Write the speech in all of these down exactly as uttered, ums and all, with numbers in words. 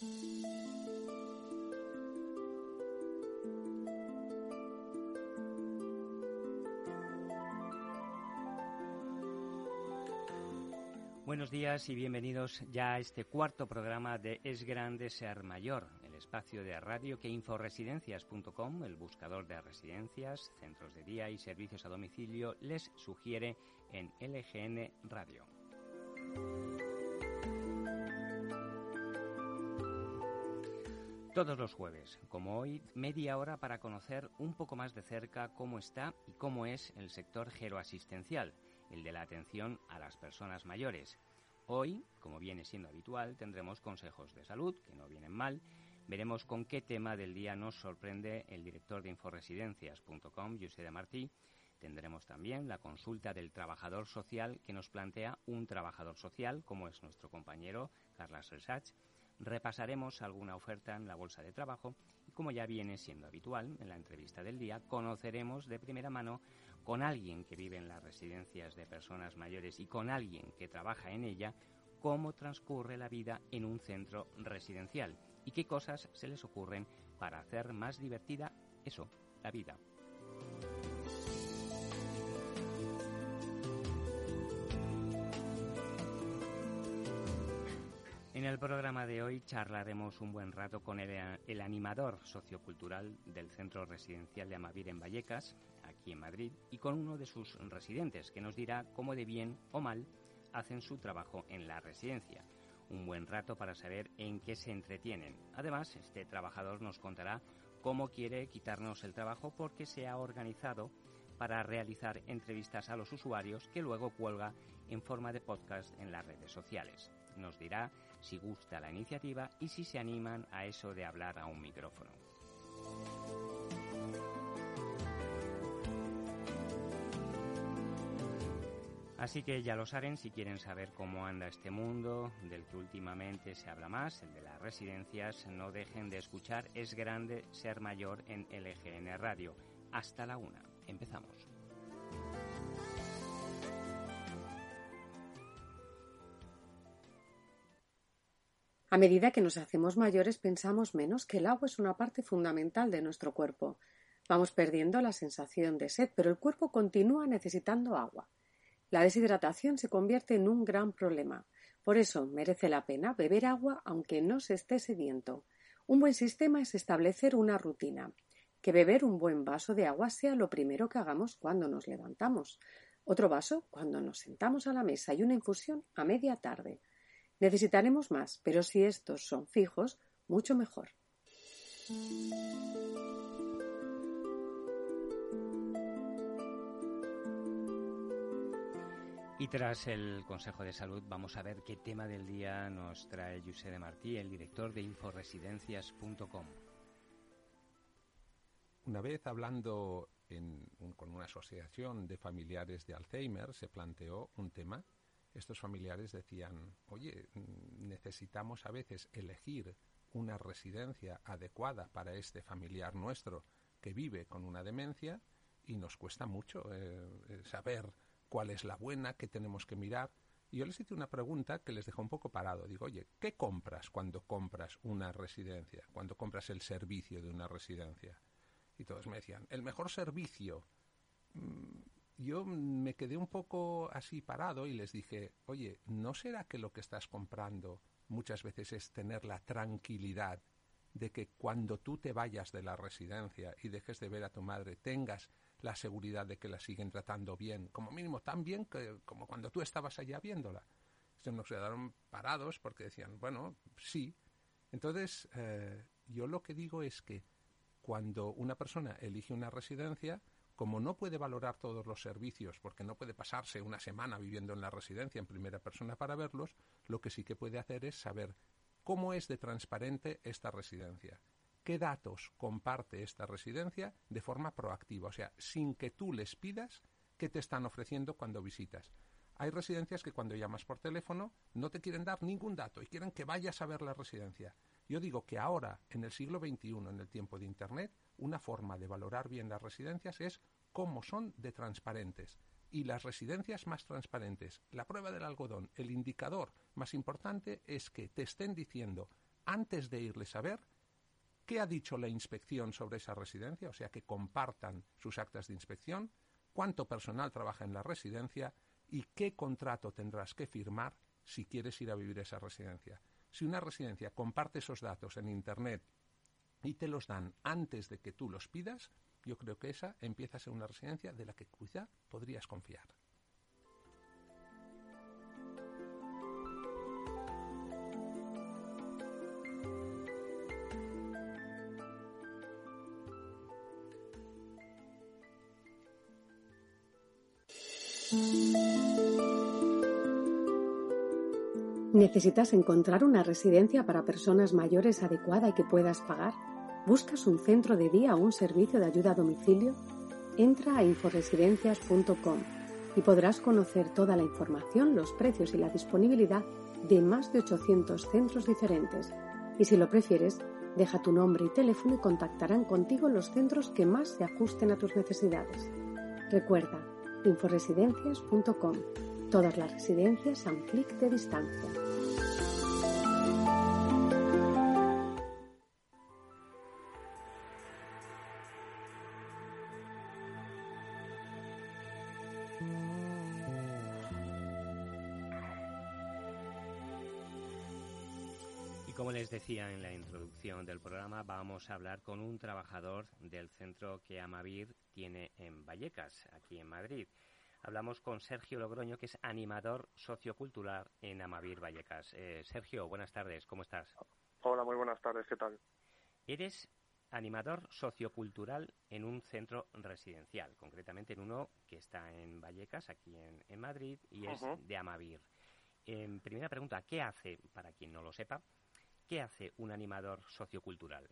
Buenos días y bienvenidos ya a este cuarto programa de Es Grande Ser Mayor, el espacio de radio que inforesidencias punto com, el buscador de residencias, centros de día y servicios a domicilio, les sugiere en L G N Radio. Todos los jueves, como hoy, media hora para conocer un poco más de cerca cómo está y cómo es el sector geroasistencial, el de la atención a las personas mayores. Hoy, como viene siendo habitual, tendremos consejos de salud, que no vienen mal. Veremos con qué tema del día nos sorprende el director de inforesidencias punto com, José de Martí. Tendremos también la consulta del trabajador social que nos plantea un trabajador social, como es nuestro compañero Carles Resach. Repasaremos alguna oferta en la bolsa de trabajo y, como ya viene siendo habitual en la entrevista del día, conoceremos de primera mano con alguien que vive en las residencias de personas mayores y con alguien que trabaja en ella cómo transcurre la vida en un centro residencial y qué cosas se les ocurren para hacer más divertida eso, la vida. En el programa de hoy charlaremos un buen rato con el, el animador sociocultural del Centro Residencial de Amavir en Vallecas, aquí en Madrid, y con uno de sus residentes, que nos dirá cómo de bien o mal hacen su trabajo en la residencia. Un buen rato para saber en qué se entretienen. Además, este trabajador nos contará cómo quiere quitarnos el trabajo porque se ha organizado para realizar entrevistas a los usuarios que luego cuelga en forma de podcast en las redes sociales. Nos dirá si gusta la iniciativa y si se animan a eso de hablar a un micrófono. Así que ya lo saben, si quieren saber cómo anda este mundo, del que últimamente se habla más, el de las residencias, no dejen de escuchar Es Grande Ser Mayor en L G N Radio. Hasta la una. Empezamos. A medida que nos hacemos mayores pensamos menos que el agua es una parte fundamental de nuestro cuerpo. Vamos perdiendo la sensación de sed, pero el cuerpo continúa necesitando agua. La deshidratación se convierte en un gran problema. Por eso merece la pena beber agua aunque no se esté sediento. Un buen sistema es establecer una rutina. Que beber un buen vaso de agua sea lo primero que hagamos cuando nos levantamos. Otro vaso cuando nos sentamos a la mesa y una infusión a media tarde. Necesitaremos más, pero si estos son fijos, mucho mejor. Y tras el Consejo de Salud vamos a ver qué tema del día nos trae José de Martí, el director de inforesidencias punto com. Una vez hablando en un, con una asociación de familiares de Alzheimer se planteó un tema. Estos familiares decían, oye, necesitamos a veces elegir una residencia adecuada para este familiar nuestro que vive con una demencia y nos cuesta mucho eh, saber cuál es la buena, qué tenemos que mirar. Y yo les hice una pregunta que les dejó un poco parado. Digo, oye, ¿qué compras cuando compras una residencia? Cuando compras el servicio de una residencia. Y todos me decían, el mejor servicio. Yo me quedé un poco así parado y les dije, oye, ¿no será que lo que estás comprando muchas veces es tener la tranquilidad de que cuando tú te vayas de la residencia y dejes de ver a tu madre, tengas la seguridad de que la siguen tratando bien, como mínimo tan bien que, como cuando tú estabas allá viéndola? Se nos quedaron parados porque decían, bueno, sí. Entonces, eh, yo lo que digo es que cuando una persona elige una residencia, como no puede valorar todos los servicios, porque no puede pasarse una semana viviendo en la residencia en primera persona para verlos, lo que sí que puede hacer es saber cómo es de transparente esta residencia, qué datos comparte esta residencia de forma proactiva, o sea, sin que tú les pidas qué te están ofreciendo cuando visitas. Hay residencias que cuando llamas por teléfono no te quieren dar ningún dato y quieren que vayas a ver la residencia. Yo digo que ahora, en el siglo veintiuno, en el tiempo de Internet, una forma de valorar bien las residencias es cómo son de transparentes. Y las residencias más transparentes, la prueba del algodón, el indicador más importante es que te estén diciendo antes de irles a ver, qué ha dicho la inspección sobre esa residencia, o sea, que compartan sus actas de inspección, cuánto personal trabaja en la residencia y qué contrato tendrás que firmar si quieres ir a vivir a esa residencia. Si una residencia comparte esos datos en Internet y te los dan antes de que tú los pidas, yo creo que esa empieza a ser una residencia de la que quizá podrías confiar. ¿Necesitas encontrar una residencia para personas mayores adecuada y que puedas pagar? ¿Buscas un centro de día o un servicio de ayuda a domicilio? Entra a inforesidencias punto com y podrás conocer toda la información, los precios y la disponibilidad de más de ochocientos centros diferentes. Y si lo prefieres, deja tu nombre y teléfono y contactarán contigo los centros que más se ajusten a tus necesidades. Recuerda, inforesidencias punto com. Todas las residencias a un clic de distancia. Y como les decía en la introducción del programa, vamos a hablar con un trabajador del centro que Amavir tiene en Vallecas, aquí en Madrid. Hablamos con Sergio Logroño, que es animador sociocultural en Amavir Vallecas. Eh, Sergio, buenas tardes, ¿cómo estás? Hola, muy buenas tardes, ¿qué tal? Eres animador sociocultural en un centro residencial, concretamente en uno que está en Vallecas, aquí en, en Madrid, y es uh-huh. de Amavir. Eh, primera pregunta, ¿qué hace, para quien no lo sepa, qué hace un animador sociocultural?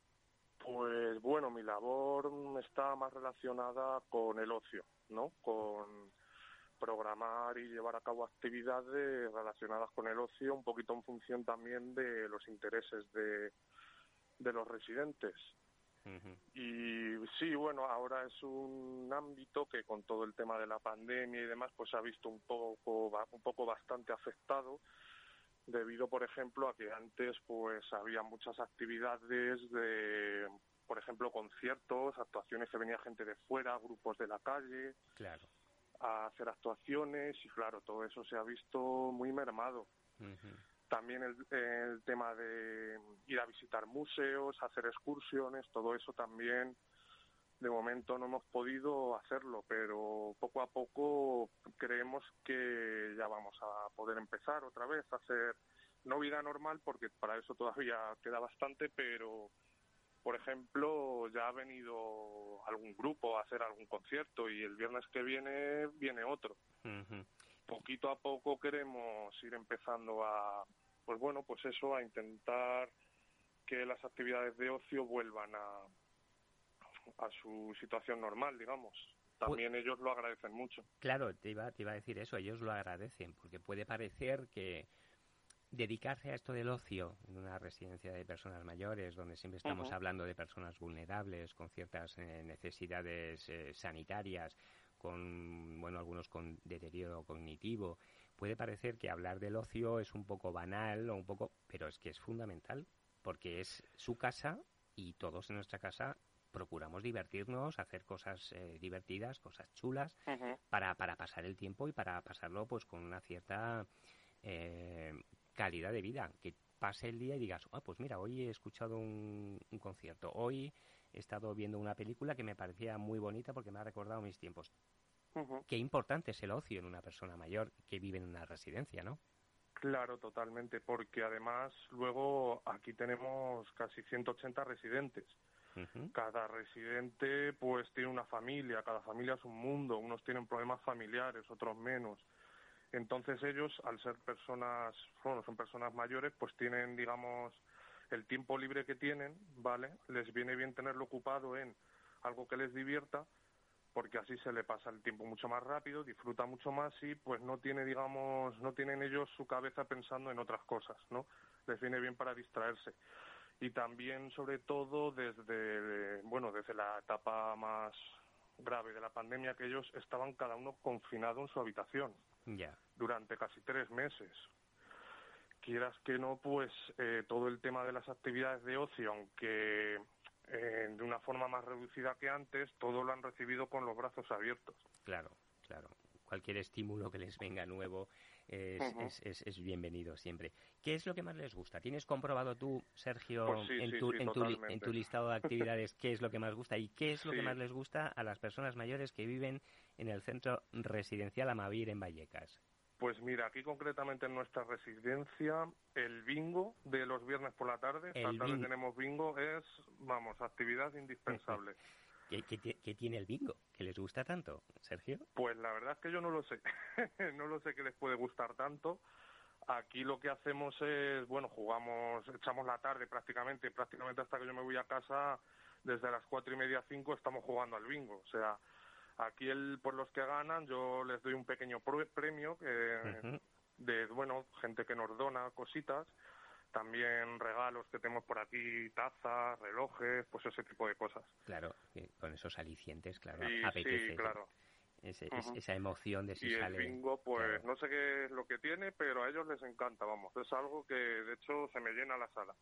Pues bueno, mi labor está más relacionada con el ocio, ¿no? Con programar y llevar a cabo actividades relacionadas con el ocio, un poquito en función también de los intereses de, de los residentes. Uh-huh. Y sí, bueno, ahora es un ámbito que con todo el tema de la pandemia y demás, pues se ha visto un poco, un poco bastante afectado, debido, por ejemplo, a que antes pues había muchas actividades de, por ejemplo, conciertos, actuaciones que venía gente de fuera, grupos de la calle, claro, a hacer actuaciones, y claro, todo eso se ha visto muy mermado. Uh-huh. También el, el tema de ir a visitar museos, hacer excursiones, todo eso también de momento no hemos podido hacerlo, pero poco a poco creemos que ya vamos a poder empezar otra vez a hacer, no vida normal, porque para eso todavía queda bastante, pero, por ejemplo, ya ha venido algún grupo a hacer algún concierto y el viernes que viene viene otro. Uh-huh. Poquito a poco queremos ir empezando a, pues bueno, pues eso, a intentar que las actividades de ocio vuelvan a a su situación normal, digamos. También pues, ellos lo agradecen mucho. Claro, te iba, te iba a decir eso, ellos lo agradecen, porque puede parecer que dedicarse a esto del ocio en una residencia de personas mayores, donde siempre estamos uh-huh. hablando de personas vulnerables, con ciertas eh, necesidades eh, sanitarias, con, bueno, algunos con deterioro cognitivo, puede parecer que hablar del ocio es un poco banal o un poco, pero es que es fundamental, porque es su casa y todos en nuestra casa procuramos divertirnos, hacer cosas eh, divertidas, cosas chulas, uh-huh. para, para pasar el tiempo y para pasarlo pues con una cierta eh, calidad de vida, que pase el día y digas, ah, pues mira, hoy he escuchado un, un concierto, hoy he estado viendo una película que me parecía muy bonita porque me ha recordado mis tiempos. Uh-huh. Qué importante es el ocio en una persona mayor que vive en una residencia, ¿no? Claro, totalmente, porque además luego aquí tenemos casi ciento ochenta residentes. Uh-huh. Cada residente pues tiene una familia, cada familia es un mundo, unos tienen problemas familiares, otros menos. Entonces ellos, al ser personas, bueno, son personas mayores, pues tienen, digamos, el tiempo libre que tienen, ¿vale? Les viene bien tenerlo ocupado en algo que les divierta, porque así se le pasa el tiempo mucho más rápido, disfruta mucho más y pues no tiene, digamos, no tienen ellos su cabeza pensando en otras cosas, ¿no? Les viene bien para distraerse. Y también, sobre todo, desde, bueno, desde la etapa más grave de la pandemia, que ellos estaban cada uno confinado en su habitación yeah. durante casi tres meses. quieras que no, pues eh, todo el tema de las actividades de ocio, aunque eh, de una forma más reducida que antes, todo lo han recibido con los brazos abiertos. Claro, claro. Cualquier estímulo que les venga nuevo es, uh-huh. es, es, es bienvenido siempre. ¿Qué es lo que más les gusta? ¿Tienes comprobado tú, Sergio, pues sí, en, sí, tu, sí, en, tu, en tu listado de actividades qué es lo que más gusta y qué es lo sí. que más les gusta a las personas mayores que viven en el centro residencial Amavir en Vallecas? Pues mira, aquí concretamente en nuestra residencia, el bingo de los viernes por la tarde, esta el tarde bing... tenemos bingo, es, vamos, actividad indispensable. ¿Qué, qué, ¿Qué tiene el bingo? ¿Que les gusta tanto, Sergio? Pues la verdad es que yo no lo sé. No lo sé qué les puede gustar tanto. Aquí lo que hacemos es, bueno, jugamos, echamos la tarde prácticamente, prácticamente hasta que yo me voy a casa, desde las cuatro y media, cinco, estamos jugando al bingo. O sea, aquí el, por los que ganan, yo les doy un pequeño premio que, uh-huh. de, bueno, gente que nos dona cositas. También regalos que tenemos por aquí, tazas, relojes, pues ese tipo de cosas. Claro, con esos alicientes, claro, y, apetece. Sí, claro. Ese, uh-huh. es, esa emoción de si y sale... el bingo, pues claro. no sé qué es lo que tiene, pero a ellos les encanta, vamos. Es algo que, de hecho, se me llena la sala.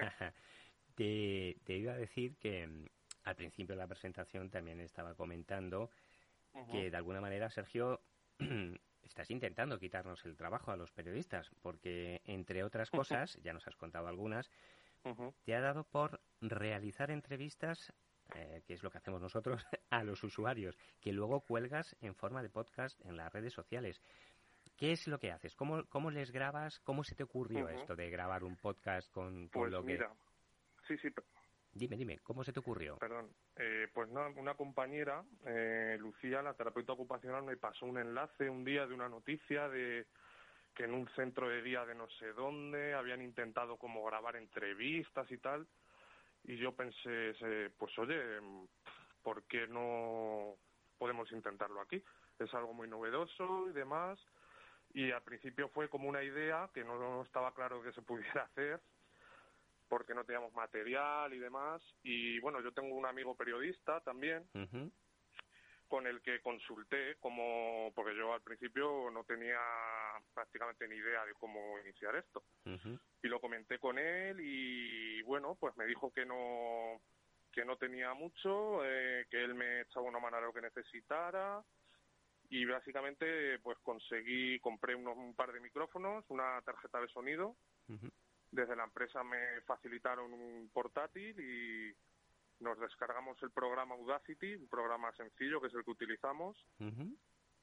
te, te iba a decir que um, al principio de la presentación también estaba comentando uh-huh. que, de alguna manera, Sergio... estás intentando quitarnos el trabajo a los periodistas, porque, entre otras cosas, ya nos has contado algunas, uh-huh. te ha dado por realizar entrevistas, eh, que es lo que hacemos nosotros, a los usuarios, que luego cuelgas en forma de podcast en las redes sociales. ¿Qué es lo que haces? ¿Cómo, cómo les grabas? ¿Cómo se te ocurrió uh-huh. esto de grabar un podcast con, con pues lo que...? Mira, sí, sí... Dime, dime, ¿cómo se te ocurrió? Perdón, eh, pues no, una compañera, eh, Lucía, la terapeuta ocupacional, me pasó un enlace un día de una noticia de que en un centro de día de no sé dónde habían intentado como grabar entrevistas y tal, y yo pensé, pues oye, ¿por qué no podemos intentarlo aquí? Es algo muy novedoso y demás, y al principio fue como una idea que no estaba claro que se pudiera hacer, porque no teníamos material y demás. Y bueno, yo tengo un amigo periodista también, uh-huh. con el que consulté, como porque yo al principio no tenía prácticamente ni idea de cómo iniciar esto. Uh-huh. Y lo comenté con él y bueno, pues me dijo que no que no tenía mucho, eh, que él me echaba una mano a lo que necesitara. Y básicamente pues conseguí, compré unos, un par de micrófonos, una tarjeta de sonido. Uh-huh. Desde la empresa me facilitaron un portátil y nos descargamos el programa Audacity, un programa sencillo que es el que utilizamos. Uh-huh.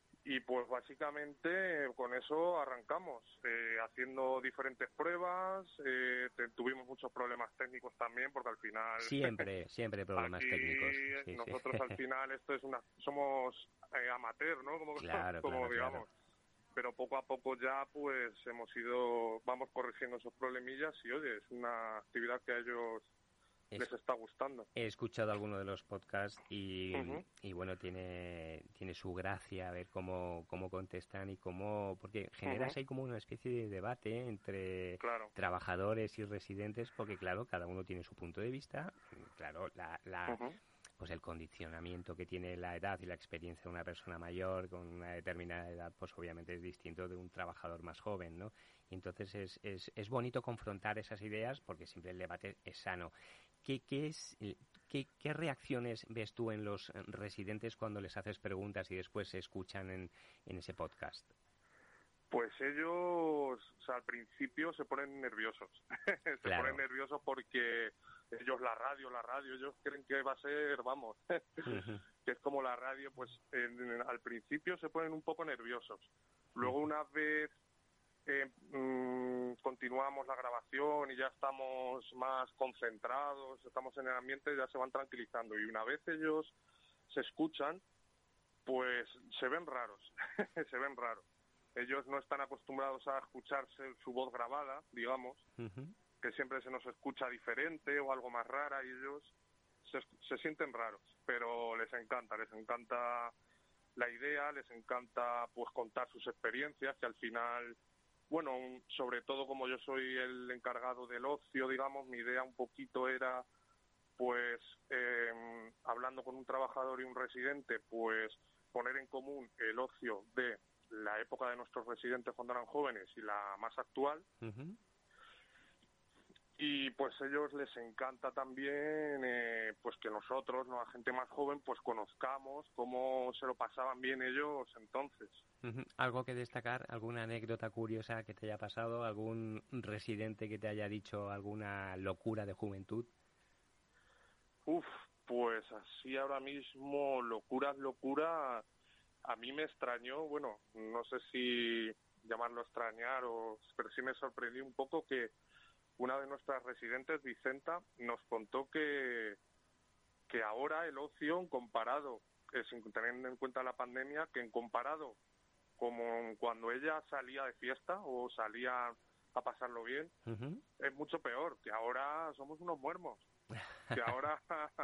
Y pues básicamente con eso arrancamos, eh, haciendo diferentes pruebas, eh, te, tuvimos muchos problemas técnicos también, porque al final... Siempre, siempre problemas aquí, técnicos. Sí, nosotros sí. al final esto es una... Somos eh, amateur, ¿no? Como, claro, como claro, digamos. Claro. Pero poco a poco ya pues hemos ido, vamos corrigiendo esos problemillas y oye, es una actividad que a ellos es, les está gustando. He escuchado alguno de los podcasts y, uh-huh. y bueno, tiene tiene su gracia ver cómo, cómo contestan y cómo, porque generas uh-huh. ahí como una especie de debate entre claro. trabajadores y residentes, porque claro, cada uno tiene su punto de vista, claro, la... la uh-huh. pues el condicionamiento que tiene la edad y la experiencia de una persona mayor con una determinada edad, pues obviamente es distinto de un trabajador más joven, ¿no? Y entonces es, es, es bonito confrontar esas ideas porque siempre el debate es sano. ¿Qué, qué, es, qué, ¿Qué reacciones ves tú en los residentes cuando les haces preguntas y después se escuchan en, en ese podcast? Pues ellos, o sea, al principio se ponen nerviosos. se claro. ponen nerviosos porque ellos la radio, la radio, ellos creen que va a ser, vamos, uh-huh. que es como la radio, pues en, al principio se ponen un poco nerviosos. Luego uh-huh. una vez eh, mmm, continuamos la grabación y ya estamos más concentrados, estamos en el ambiente, ya se van tranquilizando. Y una vez ellos se escuchan, pues se ven raros, se ven raros. Ellos no están acostumbrados a escucharse su voz grabada, digamos, uh-huh. que siempre se nos escucha diferente o algo más rara y ellos se, se sienten raros, pero les encanta, les encanta la idea, les encanta pues contar sus experiencias, que al final, bueno, sobre todo como yo soy el encargado del ocio, digamos, mi idea un poquito era, pues, eh, hablando con un trabajador y un residente, pues poner en común el ocio de la época de nuestros residentes cuando eran jóvenes y la más actual. Uh-huh. Y pues a ellos les encanta también eh, pues que nosotros, ¿no?, la gente más joven, pues conozcamos cómo se lo pasaban bien ellos entonces. Uh-huh. ¿Algo que destacar? ¿Alguna anécdota curiosa que te haya pasado? ¿Algún residente que te haya dicho alguna locura de juventud? Uf, pues así ahora mismo, locuras, locura, a mí me extrañó, bueno, no sé si llamarlo extrañar, o pero sí me sorprendió un poco que una de nuestras residentes, Vicenta, nos contó que, que ahora el ocio, comparado, eh, sin tener en cuenta la pandemia, que en comparado como cuando ella salía de fiesta o salía a pasarlo bien, uh-huh, es mucho peor, que ahora somos unos muermos, que ahora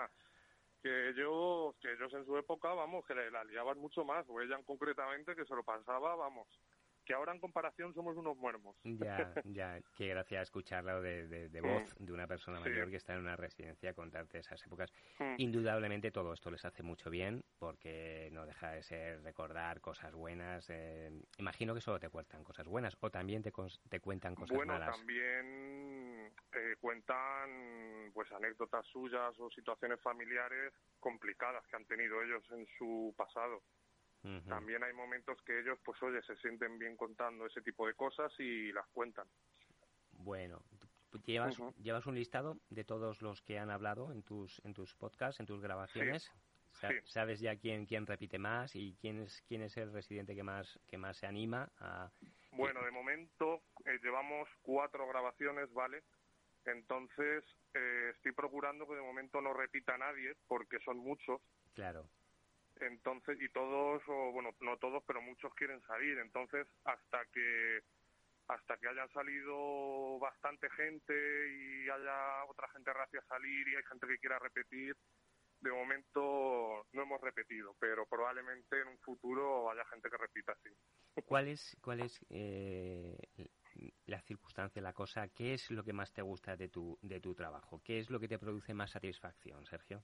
que ellos, que ellos en su época, vamos, que la liaban mucho más, o ella concretamente, que se lo pasaba, vamos, que ahora en comparación somos unos muermos. Ya, ya, qué gracia escucharlo de, de, de voz de una persona mayor sí. que está en una residencia, contarte esas épocas. Mm. Indudablemente todo esto les hace mucho bien, porque no deja de ser recordar cosas buenas. Eh, imagino que solo te cuentan cosas buenas, o también te, te cuentan cosas bueno, malas. Bueno, también eh, cuentan pues anécdotas suyas o situaciones familiares complicadas que han tenido ellos en su pasado. Uh-huh. También hay momentos que ellos, pues oye, se sienten bien contando ese tipo de cosas y las cuentan. Bueno, ¿llevas, uh-huh. ¿llevas un listado de todos los que han hablado en tus en tus podcasts, en tus grabaciones? Sí. Sa- sí. ¿Sabes ya quién quién repite más y quién es quién es el residente que más que más se anima a? Bueno, de momento eh, llevamos cuatro grabaciones, ¿vale? Entonces eh, estoy procurando que de momento no repita nadie porque son muchos. Claro. Entonces, y todos, o bueno, no todos, pero muchos quieren salir. Entonces, hasta que hasta que hayan salido bastante gente y haya otra gente reacia a salir y hay gente que quiera repetir, de momento no hemos repetido, pero probablemente en un futuro haya gente que repita, sí. ¿Cuál es, cuál es eh, la circunstancia, la cosa? ¿Qué es lo que más te gusta de tu, de tu trabajo? ¿Qué es lo que te produce más satisfacción, Sergio?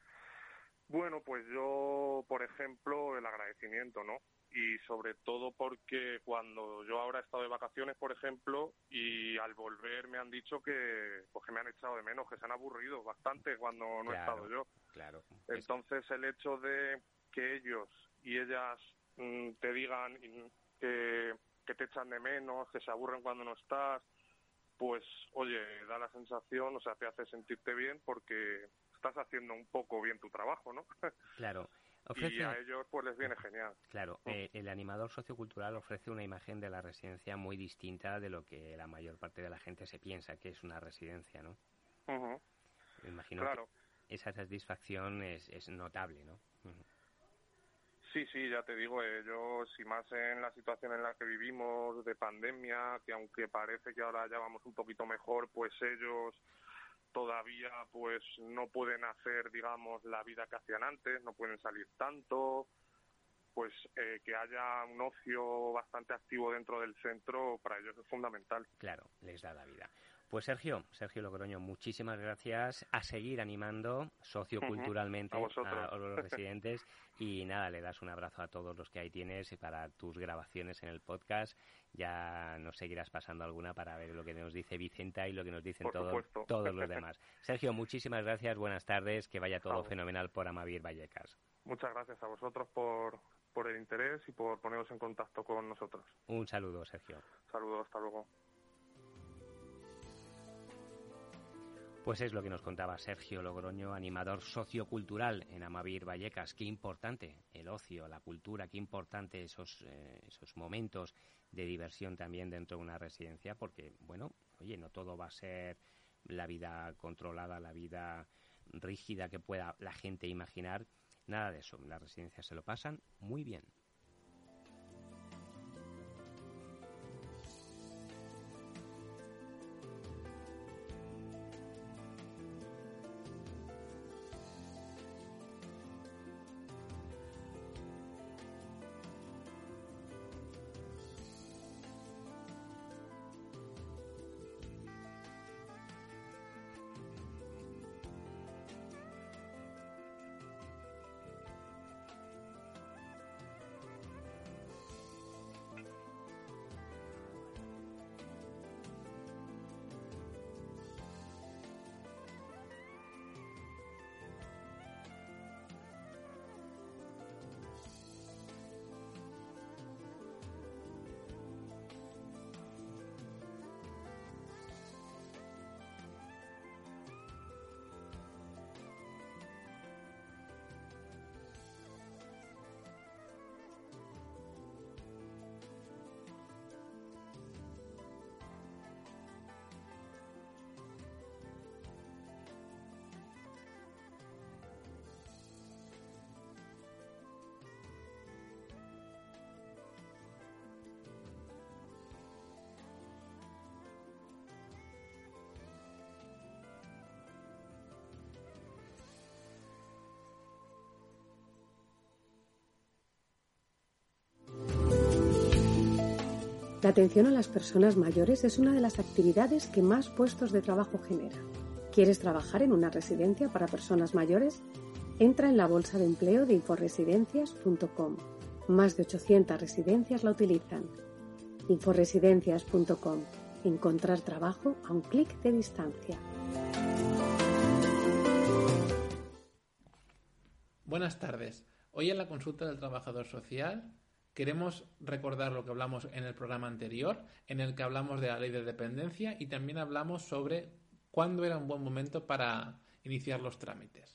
Bueno, pues yo, por ejemplo, el agradecimiento, ¿no? Y sobre todo porque cuando yo ahora he estado de vacaciones, por ejemplo, y al volver me han dicho que pues que me han echado de menos, que se han aburrido bastante cuando no claro, he estado yo. Claro. Entonces el hecho de que ellos y ellas mmm, te digan que, que te echan de menos, que se aburren cuando no estás, pues oye, da la sensación, o sea, te hace sentirte bien porque estás haciendo un poco bien tu trabajo, ¿no? Claro. Ofrece... Y a ellos pues les viene genial. Claro, eh, el animador sociocultural ofrece una imagen de la residencia muy distinta de lo que la mayor parte de la gente se piensa que es una residencia, ¿no? Uh-huh. Me imagino claro. que esa satisfacción es, es notable, ¿no? Uh-huh. Sí, sí, ya te digo, ellos, y más en la situación en la que vivimos de pandemia, que aunque parece que ahora ya vamos un poquito mejor, pues ellos todavía pues no pueden hacer, digamos, la vida que hacían antes, no pueden salir tanto, pues eh, que haya un ocio bastante activo dentro del centro para ellos es fundamental. Claro, les da la vida. Pues Sergio, Sergio Logroño, muchísimas gracias, a seguir animando socioculturalmente uh-huh. a, a los residentes y nada, le das un abrazo a todos los que ahí tienes para tus grabaciones en el podcast. Ya nos seguirás pasando alguna para ver lo que nos dice Vicenta y lo que nos dicen todo, todos los demás. Sergio, muchísimas gracias, buenas tardes, que vaya todo fenomenal por Amavir Vallecas. Muchas gracias a vosotros por, por el interés y por poneros en contacto con nosotros. Un saludo, Sergio. Saludos, hasta luego. Pues es lo que nos contaba Sergio Logroño, animador sociocultural en Amavir Vallecas. Qué importante el ocio, la cultura, qué importante esos, eh, esos momentos de diversión también dentro de una residencia, porque, bueno, oye, no todo va a ser la vida controlada, la vida rígida que pueda la gente imaginar. Nada de eso, en las residencias se lo pasan muy bien. La atención a las personas mayores es una de las actividades que más puestos de trabajo genera. ¿Quieres trabajar en una residencia para personas mayores? Entra en la bolsa de empleo de inforesidencias punto com. Más de ochocientas residencias la utilizan. inforesidencias punto com. Encontrar trabajo a un clic de distancia. Buenas tardes. Hoy en la consulta del trabajador social queremos recordar lo que hablamos en el programa anterior, en el que hablamos de la ley de dependencia y también hablamos sobre cuándo era un buen momento para iniciar los trámites.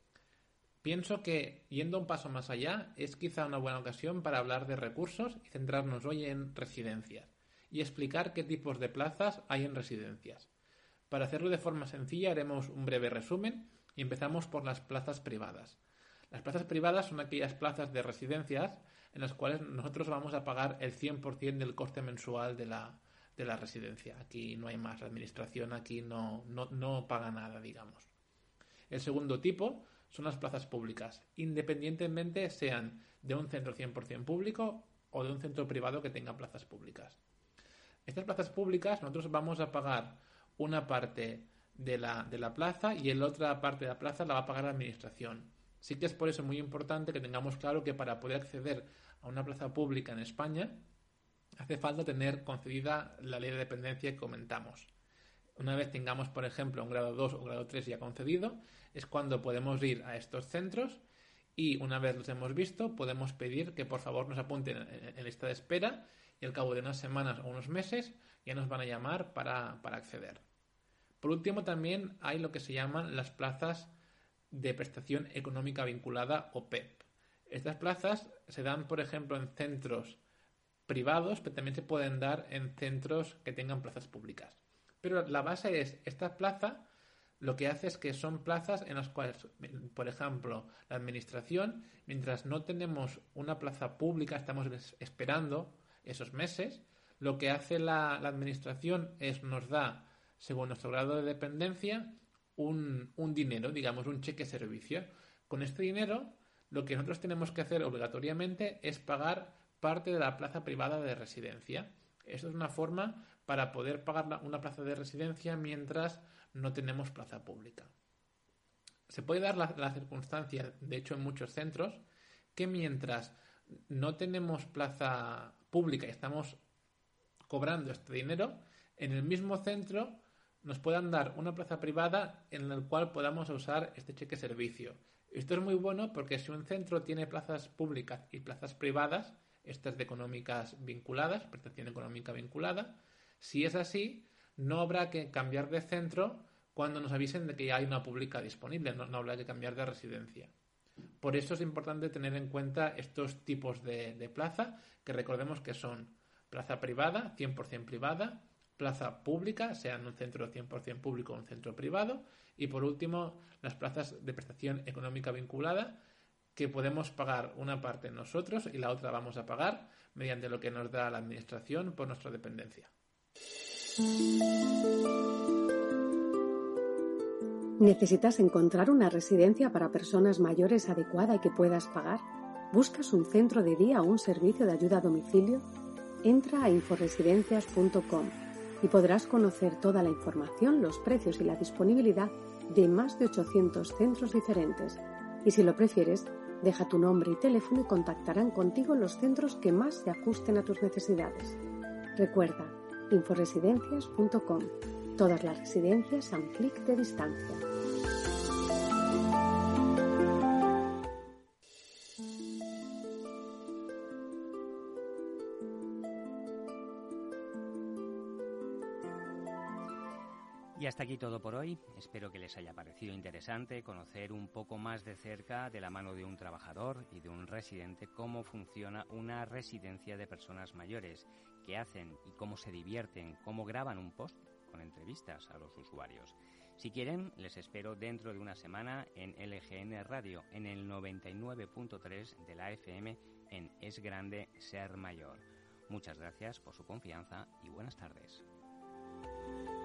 Pienso que, yendo un paso más allá, es quizá una buena ocasión para hablar de recursos y centrarnos hoy en residencias y explicar qué tipos de plazas hay en residencias. Para hacerlo de forma sencilla haremos un breve resumen y empezamos por las plazas privadas. Las plazas privadas son aquellas plazas de residencias en las cuales nosotros vamos a pagar el cien por ciento del coste mensual de la, de la residencia. Aquí no hay más, la administración aquí no, no, no paga nada, digamos. El segundo tipo son las plazas públicas, independientemente sean de un centro cien por ciento público o de un centro privado que tenga plazas públicas. Estas plazas públicas nosotros vamos a pagar una parte de la, de la plaza y la otra parte de la plaza la va a pagar la administración. Sí que es por eso muy importante que tengamos claro que para poder acceder a una plaza pública en España hace falta tener concedida la ley de dependencia que comentamos. Una vez tengamos, por ejemplo, un grado dos o un grado tres ya concedido, es cuando podemos ir a estos centros y una vez los hemos visto podemos pedir que por favor nos apunten en lista de espera y al cabo de unas semanas o unos meses ya nos van a llamar para, para acceder. Por último, también hay lo que se llaman las plazas de prestación económica vinculada o P E P. Estas plazas se dan, por ejemplo, en centros privados, pero también se pueden dar en centros que tengan plazas públicas. Pero la base es, esta plaza lo que hace es que son plazas en las cuales, por ejemplo, la administración, mientras no tenemos una plaza pública, estamos esperando esos meses, lo que hace la, la administración es nos da, según nuestro grado de dependencia, Un, un dinero, digamos, un cheque servicio. Con este dinero, lo que nosotros tenemos que hacer obligatoriamente es pagar parte de la plaza privada de residencia. Esto es una forma para poder pagar la, una plaza de residencia mientras no tenemos plaza pública. Se puede dar la, la circunstancia, de hecho en muchos centros, que mientras no tenemos plaza pública y estamos cobrando este dinero, en el mismo centro nos puedan dar una plaza privada en la cual podamos usar este cheque servicio. Esto es muy bueno porque si un centro tiene plazas públicas y plazas privadas, estas de económicas vinculadas, prestación económica vinculada, si es así, no habrá que cambiar de centro cuando nos avisen de que ya hay una pública disponible, no, no habrá que cambiar de residencia. Por eso es importante tener en cuenta estos tipos de, de plaza, que recordemos que son plaza privada, cien por ciento privada, plaza pública, sea en un centro cien por ciento público o un centro privado, y por último las plazas de prestación económica vinculada, que podemos pagar una parte nosotros y la otra vamos a pagar mediante lo que nos da la administración por nuestra dependencia. ¿Necesitas encontrar una residencia para personas mayores adecuada y que puedas pagar? ¿Buscas un centro de día o un servicio de ayuda a domicilio? Entra a inforesidencias punto com y podrás conocer toda la información, los precios y la disponibilidad de más de ochocientos centros diferentes. Y si lo prefieres, deja tu nombre y teléfono y contactarán contigo los centros que más se ajusten a tus necesidades. Recuerda, inforesidencias punto com. Todas las residencias a un clic de distancia. Y hasta aquí todo por hoy. Espero que les haya parecido interesante conocer un poco más de cerca, de la mano de un trabajador y de un residente, cómo funciona una residencia de personas mayores, qué hacen y cómo se divierten, cómo graban un post con entrevistas a los usuarios. Si quieren, les espero dentro de una semana en L G N Radio, en el noventa y nueve punto tres de la F M, en Es Grande Ser Mayor. Muchas gracias por su confianza y buenas tardes.